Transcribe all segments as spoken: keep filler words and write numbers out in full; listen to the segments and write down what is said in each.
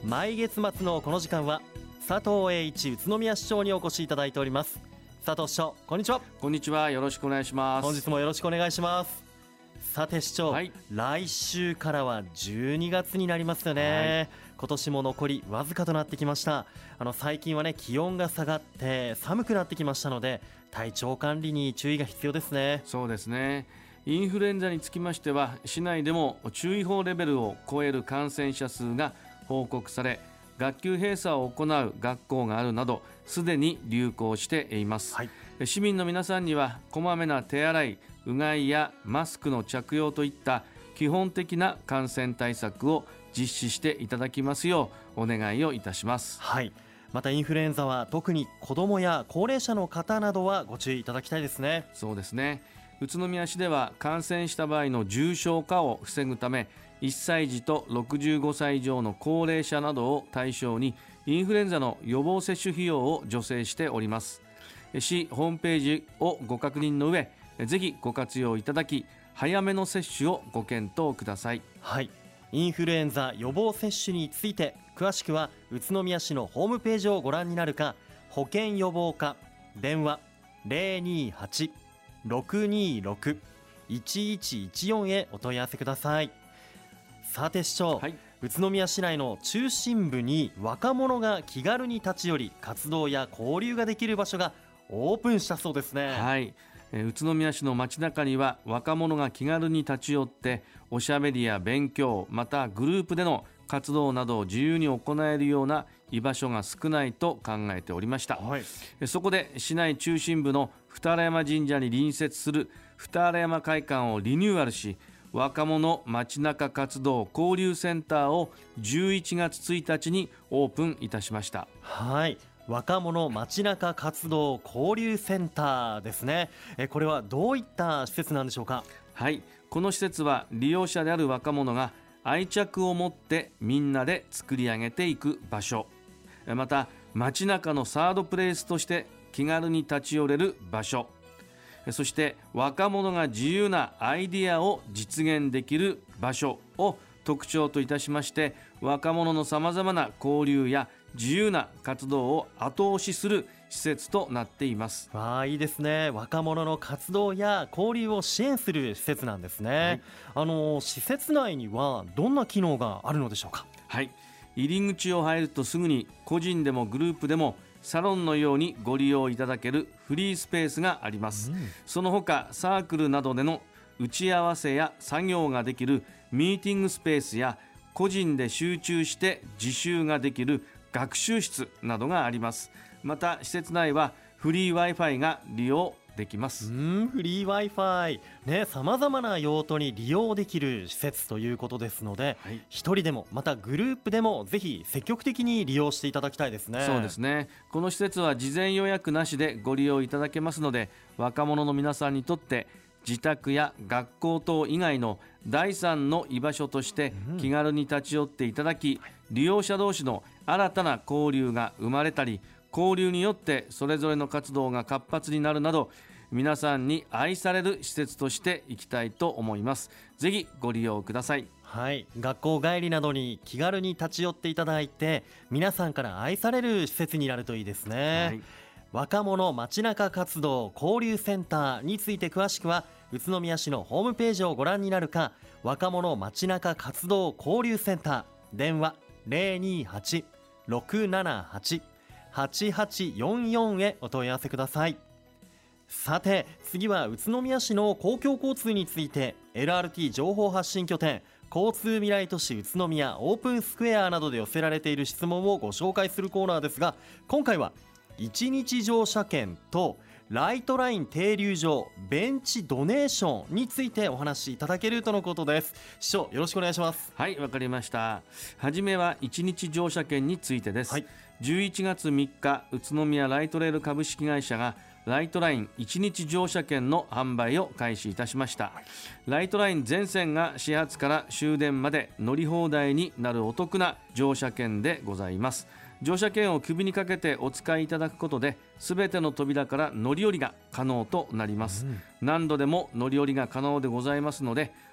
毎月末のこの時間は佐藤栄一宇都宮市長にお越しいただいております。佐藤市長、こんにちは。 こんにちは、よろしくお願いします。 本日もよろしくお願いします。さて市長、 はい、 来週からはじゅうにがつになりますよね、はい、今年も残りわずかとなってきました。あの最近はね、気温が下がって寒くなってきましたので、体調管理に注意が必要ですね。 そうですね。インフルエンザにつきましては、市内でも注意報レベルを超える感染者数が報告され、学級閉鎖を行う学校があるなど、すでに流行しています、はい、市民の皆さんにはこまめな手洗い、うがいやマスクの着用といった基本的な感染対策を実施していただきますようお願いをいたします。 はい、またインフルエンザは特に子どもや高齢者の方などはご注意いただきたいですね。 そうですね。宇都宮市では感染した場合の重症化を防ぐため、いっさい児とろくじゅうごさい以上の高齢者などを対象にインフルエンザの予防接種費用を助成しております。市ホームページをご確認の上、ぜひご活用いただき、早めの接種をご検討ください。 はい、インフルエンザ予防接種について詳しくは宇都宮市のホームページをご覧になるか、保健予防課電話 ゼロにーはち ろくにーろく いちいちいちよん へお問い合わせください。さて市長、はい、宇都宮市内の中心部に若者が気軽に立ち寄り活動や交流ができる場所がオープンしたそうですね。 はい、え宇都宮市の街中には若者が気軽に立ち寄っておしゃべりや勉強、またグループでの活動などを自由に行えるような居場所が少ないと考えておりました、はい、そこで市内中心部の二荒山神社に隣接する二荒山会館をリニューアルし、若者街中活動交流センターをじゅういちがつついたちにオープンいたしました。 はい、若者街中活動交流センターですね。えこれはどういった施設なんでしょうか。 はい、この施設は利用者である若者が愛着を持ってみんなで作り上げていく場所、また街中のサードプレイスとして気軽に立ち寄れる場所、そして若者が自由なアイディアを実現できる場所を特徴といたしまして、若者のさまざまな交流や自由な活動を後押しする施設となっています。 わあ、いいですね。若者の活動や交流を支援する施設なんですね、はい、あの施設内にはどんな機能があるのでしょうか。 はい、入り口を入るとすぐに個人でもグループでもサロンのようにご利用いただけるフリースペースがあります、うん、その他サークルなどでの打ち合わせや作業ができるミーティングスペースや個人で集中して自習ができる学習室などがあります。また施設内はフリー Wi-Fi が利用できます。 うーんフリー Wi-Fi ね、様々な用途に利用できる施設ということですので、はい、一人でもまたグループでもぜひ積極的に利用していただきたいですね。 そうですね。この施設は事前予約なしでご利用いただけますので、若者の皆さんにとって自宅や学校等以外の第三の居場所として気軽に立ち寄っていただき、利用者同士の新たな交流が生まれたり、交流によってそれぞれの活動が活発になるなど、皆さんに愛される施設としていきたいと思います。ぜひご利用ください。 はい、学校帰りなどに気軽に立ち寄っていただいて、皆さんから愛される施設になるといいですね、はい、若者街中活動交流センターについて詳しくは宇都宮市のホームページをご覧になるか、若者街中活動交流センター電話 ゼロにーはち ろくななはち はちはちよんよん へお問い合わせください。さて次は宇都宮市の公共交通について エルアールティー 情報発信拠点交通未来都市宇都宮オープンスクエアなどで寄せられている質問をご紹介するコーナーですが、今回はいちにち乗車券とライトライン停留場ベンチドネーションについてお話しいただけるとのことです。市長、よろしくお願いします。 はい、わかりました。はじめはいちにち乗車券についてです、はい、じゅういちがつみっか宇都宮ライトレール株式会社がライトラインいちにち乗車券の販売を開始いたしました。ライトライン全線が始発から終電まで乗り放題になるお得な乗車券でございます。乗車券を首にかけてお使いいただくことで、すべての扉から乗り降りが可能となります、うん、何度でも乗り降りが可能でございますので、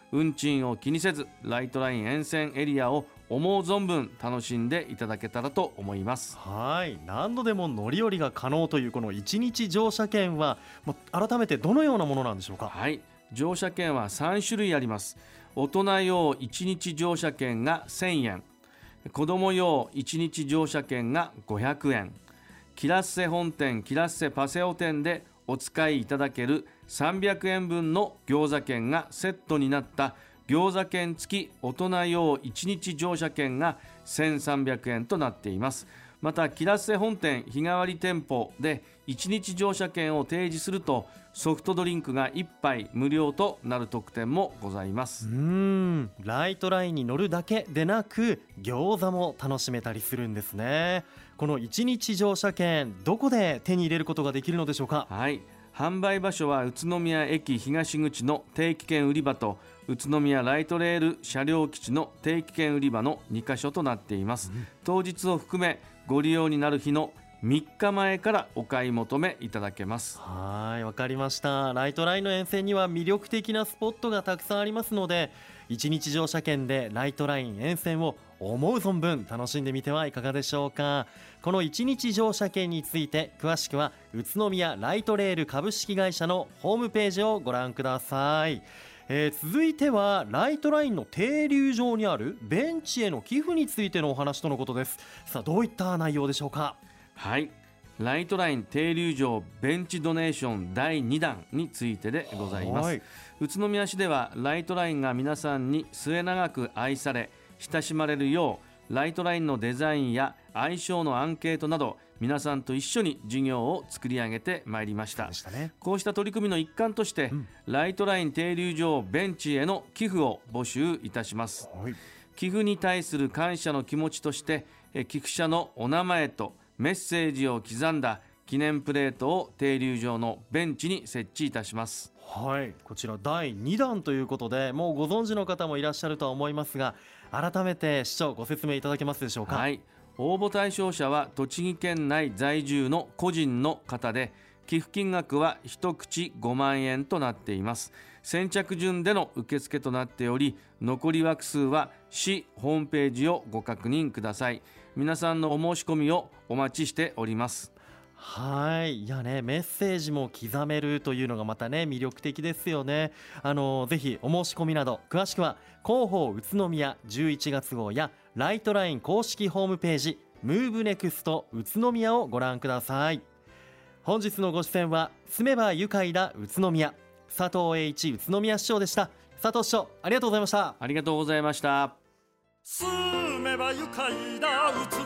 運賃を気にせずライトライン沿線エリアを思う存分楽しんでいただけたらと思います。 はい、何度でも乗り降りが可能というこのいちにち乗車券は改めてどのようなものなんでしょうか。 はい、乗車券はさんしゅるいあります。大人用いちにち乗車券がせんえん、子供用いちにち乗車券がごひゃくえん、キラッセ本店キラッセパセオ店でお使いいただけるさんびゃくえんぶんの餃子券がセットになった餃子券付き大人用いちにち乗車券がせんさんびゃくえんとなっています。またキラッセ本店日替わり店舗でいちにち乗車券を提示するとソフトドリンクがいっぱい無料となる特典もございます。 うーん、ライトラインに乗るだけでなく餃子も楽しめたりするんですね。このいちにち乗車券、どこで手に入れることができるのでしょうか。 はい、販売場所は宇都宮駅東口の定期券売り場と宇都宮ライトレール車両基地の定期券売り場のにかしょとなっています、うん、当日を含めご利用になる日のみっかまえからお買い求めいただけます。 はい、わかりました。ライトラインの沿線には魅力的なスポットがたくさんありますので、いちにち乗車券でライトライン沿線を思う存分楽しんでみてはいかがでしょうか。このいちにち乗車券について詳しくは宇都宮ライトレール株式会社のホームページをご覧ください。えー、続いてはライトラインの停留場にあるベンチへの寄付についてのお話とのことです。さあ、どういった内容でしょうか。 はい、ライトライン停留場ベンチドネーションだいにだんについてでございます。宇都宮市ではライトラインが皆さんに末永く愛され親しまれるようライトラインのデザインや愛称のアンケートなど皆さんと一緒に事業を作り上げてまいりました。 そうでしたね。 こうした取り組みの一環として、うん、ライトライン停留場ベンチへの寄付を募集いたします、はい、寄付に対する感謝の気持ちとして寄付者のお名前とメッセージを刻んだ記念プレートを停留場のベンチに設置いたします。 はい、こちらだいにだんということでもうご存知の方もいらっしゃるとは思いますが、改めて市長ご説明いただけますでしょうか。 はい、応募対象者は栃木県内在住の個人の方で寄付金額は一口ごまんえんとなっています。先着順での受付となっており残り枠数は市ホームページをご確認ください。皆さんのお申し込みをお待ちしております。 はい、いやね、メッセージも刻めるというのがまたね魅力的ですよね。あのぜひお申し込みなど詳しくは広報宇都宮じゅういちがつごうやライトライン公式ホームページムーブネクスト宇都宮をご覧ください。本日のご出演は住めば愉快だ宇都宮佐藤栄一宇都宮市長でした。佐藤市長、ありがとうございました。 ありがとうございました。 住めば愉快だ宇都